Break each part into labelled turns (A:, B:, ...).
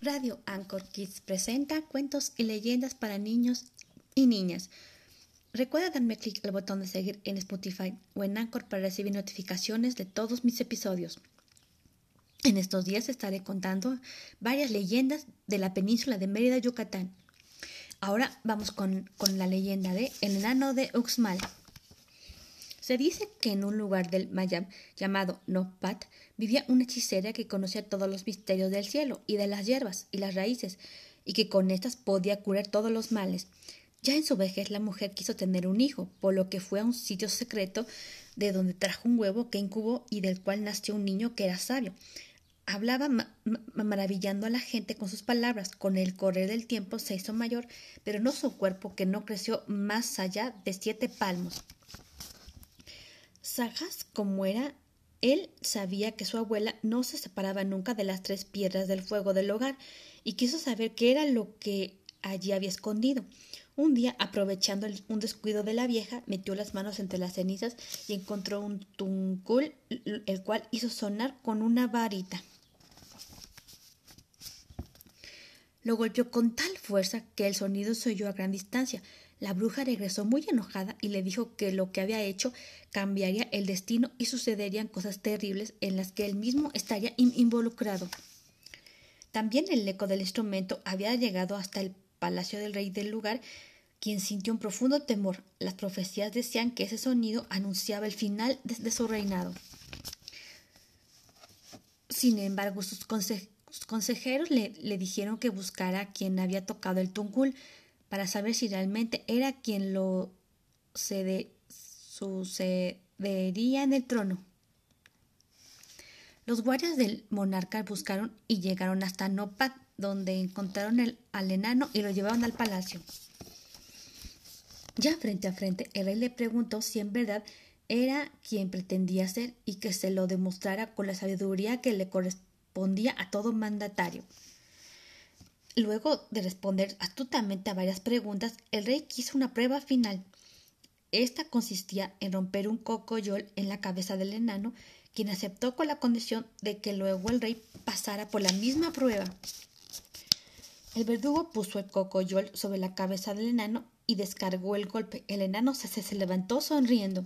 A: Radio Anchor Kids presenta cuentos y leyendas para niños y niñas. Recuerda darme clic al botón de seguir en Spotify o en Anchor para recibir notificaciones de todos mis episodios. En estos días estaré contando varias leyendas de la península de Mérida, Yucatán. Ahora vamos con la leyenda de El enano de Uxmal. Se dice que en un lugar del Mayab llamado Noppat vivía una hechicera que conocía todos los misterios del cielo y de las hierbas y las raíces, y que con estas podía curar todos los males. Ya en su vejez la mujer quiso tener un hijo, por lo que fue a un sitio secreto de donde trajo un huevo que incubó y del cual nació un niño que era sabio. Hablaba maravillando a la gente con sus palabras. Con el correr del tiempo se hizo mayor, pero no su cuerpo, que no creció más allá de 7 palmos. Sagaz como era, él sabía que su abuela no se separaba nunca de las 3 piedras del fuego del hogar y quiso saber qué era lo que allí había escondido. Un día, aprovechando un descuido de la vieja, metió las manos entre las cenizas y encontró un tuncul, el cual hizo sonar con una varita. Lo golpeó con tal fuerza que el sonido se oyó a gran distancia. La bruja regresó muy enojada y le dijo que lo que había hecho cambiaría el destino y sucederían cosas terribles en las que él mismo estaría involucrado. También el eco del instrumento había llegado hasta el palacio del rey del lugar, quien sintió un profundo temor. Las profecías decían que ese sonido anunciaba el final de su reinado. Sin embargo, sus consejeros le dijeron que buscara a quien había tocado el tuncul para saber si realmente era quien lo sucedería en el trono. Los guardias del monarca buscaron y llegaron hasta Noppat, donde encontraron al enano y lo llevaron al palacio. Ya frente a frente, el rey le preguntó si en verdad era quien pretendía ser y que se lo demostrara con la sabiduría que le correspondía a todo mandatario. Luego de responder astutamente a varias preguntas, el rey quiso una prueba final. Esta consistía en romper un cocoyol en la cabeza del enano, quien aceptó con la condición de que luego el rey pasara por la misma prueba. El verdugo puso el cocoyol sobre la cabeza del enano y descargó el golpe. El enano se levantó sonriendo.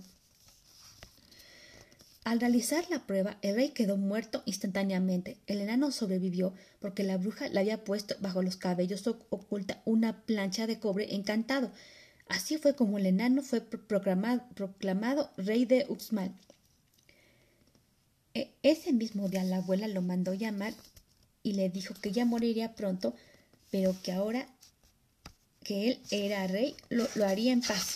A: Al realizar la prueba, el rey quedó muerto instantáneamente. El enano sobrevivió porque la bruja le había puesto bajo los cabellos oculta una plancha de cobre encantado. Así fue como el enano fue proclamado rey de Uxmal. Ese mismo día la abuela lo mandó llamar y le dijo que ya moriría pronto, pero que ahora que él era rey lo haría en paz.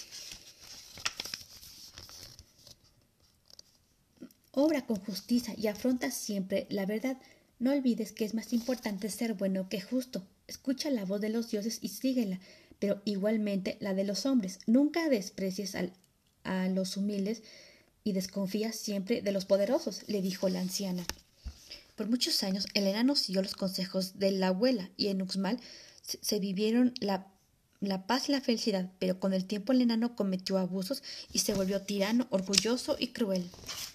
A: Obra con justicia y afronta siempre la verdad. No olvides que es más importante ser bueno que justo. Escucha la voz de los dioses y síguela, pero igualmente la de los hombres. Nunca desprecies a los humildes y desconfía siempre de los poderosos, le dijo la anciana. Por muchos años el enano siguió los consejos de la abuela y en Uxmal se vivieron la paz y la felicidad, pero con el tiempo el enano cometió abusos y se volvió tirano, orgulloso y cruel.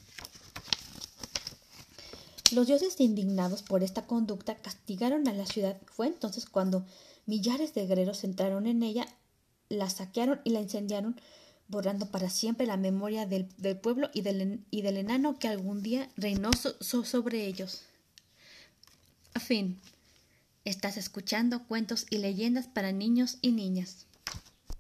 A: Los dioses, indignados por esta conducta, castigaron a la ciudad. Fue entonces cuando millares de guerreros entraron en ella, la saquearon y la incendiaron, borrando para siempre la memoria del pueblo y del enano que algún día reinó sobre ellos. Fin. Estás escuchando cuentos y leyendas para niños y niñas.